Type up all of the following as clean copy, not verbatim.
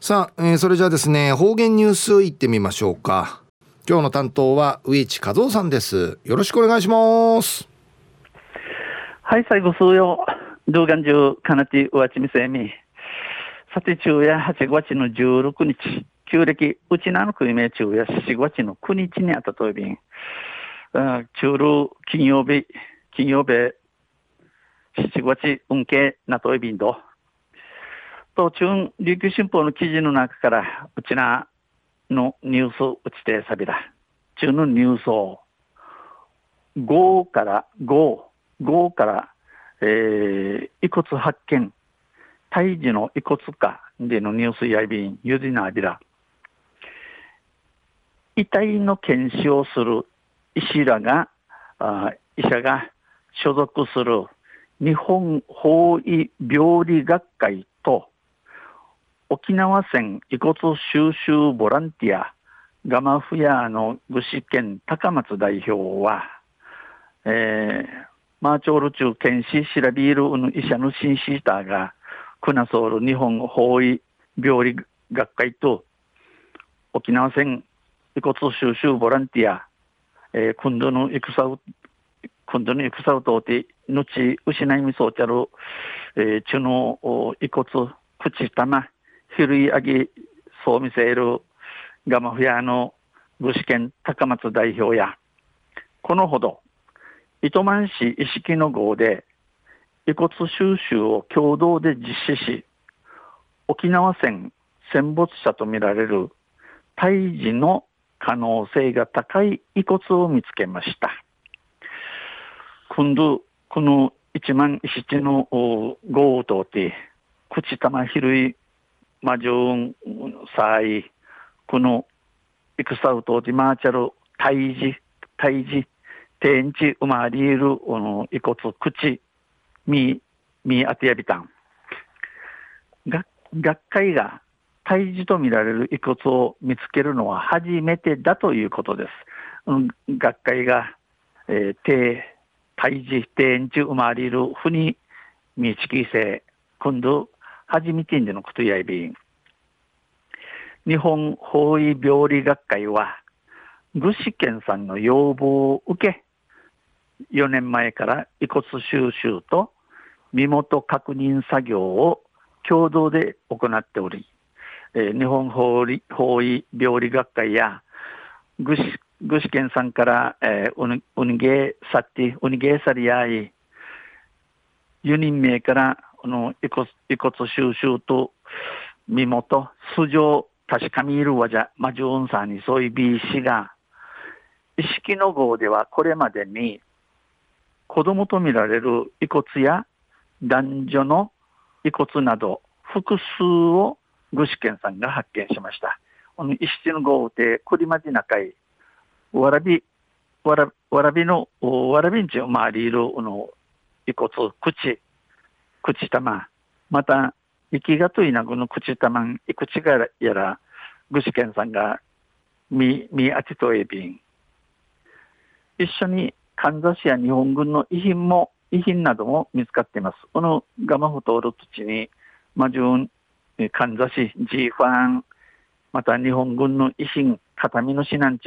さあ、それじゃあですね、方言ニュースいってみましょうか。今日の担当は上地和夫さんです。よろしくお願いします。 はい、最後数曜、動画中、かなちうわちみせみ。さて、昼夜8月の16日、旧暦、うちなのくいめ昼夜4月の9日にあたといびん。中る金曜日、7月運慶なといびんど。と、中、琉球新報の記事の中から、うちなのニュースうちてさびら。中のニュースを、5から、遺骨発見、胎児の遺骨化でのニュースやいびん、ゆずなびら。遺体の検視をする医者が所属する日本法医病理学会と沖縄県遺骨収集ボランティアガマフヤの具志堅高松代表は、マーチョール中検視調べる医者の新シーターがクナソール日本法医病理学会と沖縄県遺骨収集ボランティア、今度の戦をとって後失いみそうちゃる、中の遺骨口玉ひるいあぎそう見せるガマフヤの具志堅高松代表やこのほど糸満市意識の号で遺骨収集を共同で実施し沖縄戦戦没者とみられる胎児の可能性が高い遺骨を見つけました。今度この一万一七の号を通って口玉ひるいマジョンサイこの戦を通ってマーチャル胎児天地生まれる遺骨口みあてやびたん学会が胎児とみられる遺骨を見つけるのは初めてだということです。学会が、胎児天地生まれるふにみちきせ今度初めてでのことやいびん日本法医病理学会は具志堅さんの要望を受け4年前から遺骨収集と身元確認作業を共同で行っており、日本法医病理学会や具志堅さんからウニゲーサリアイ4人名から遺骨収集と身元素性確かみいるわじゃマジューンさんにそういう B 氏が意識の号ではこれまでに子供とみられる遺骨や男女の遺骨など複数を具志堅さんが発見しました。意識の号でクリマディナ海わらびんちを周りいる遺骨口玉また生きがといなぐの口玉いくちがやら具志堅さんがみあちとえびん一緒にかんざしや日本軍の遺品なども見つかっています。このガマフトール土地にマジュンかんざしジーファンまた日本軍の遺品片身の指南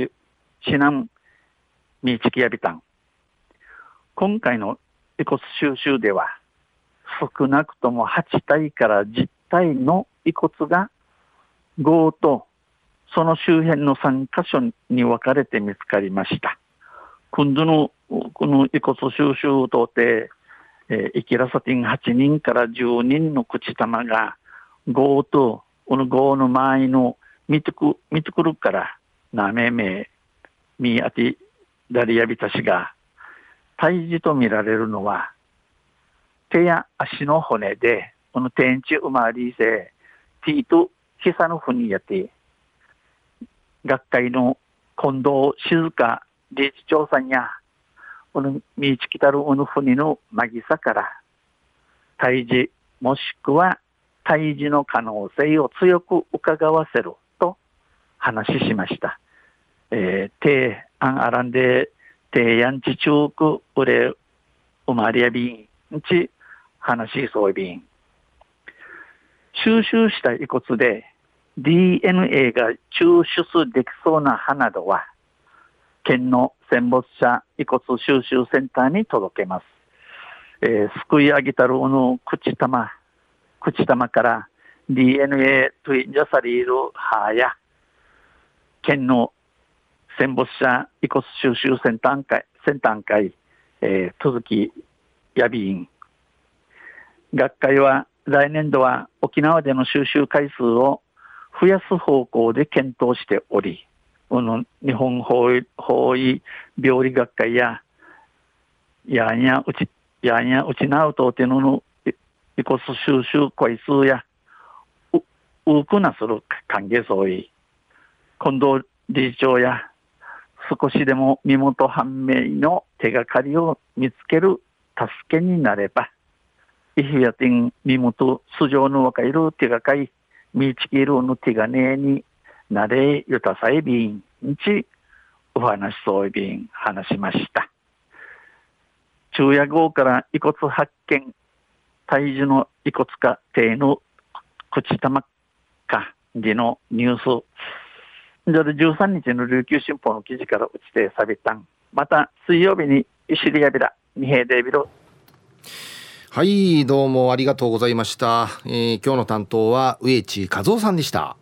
ミチキヤビタン今回の遺骨収集では少なくとも8体から10体の遺骨が号とその周辺の3カ所に分かれて見つかりました。今度のこの遺骨収集を通ってイキラサティン8人から10人の口玉が号とこの号の周りの見てくるからなめめみあてダリアビタシが胎児と見られるのは手や足の骨でこの天地生まれせティーとヒサのふにやって学会の近藤静香理事長さんやこのみちきたるおのふにのまぎさから胎児もしくは胎児の可能性を強く伺わせると話しました。てアンアランでてやんちちゅうくうれうまりやびんち話しそうびん収集した遺骨で DNA が抽出できそうな歯などは、県の戦没者遺骨収集センターに届けます。すくい上げたるの口玉から DNA といんじゃさりる歯や、県の戦没者遺骨収集センター会、続きやびん。学会は来年度は沖縄での収集回数を増やす方向で検討しており、日本法医病理学会ややんやうちなうとての遺骨収集回数やうくなする歓迎総意、近藤理事長や少しでも身元判明の手がかりを見つける助けになれば、イヒヤティン身元素性の若いる手がかり見つけるの手がねになれゆたさいびんにちお話そういびん話しました。昼夜号から遺骨発見、体重の遺骨か手の口玉かでのニュース。13日の琉球新報の記事から打ちてさびたん。また水曜日に石リアビラ二平デビロ。 はい、どうもありがとうございました。今日の担当は植地和夫さんでした。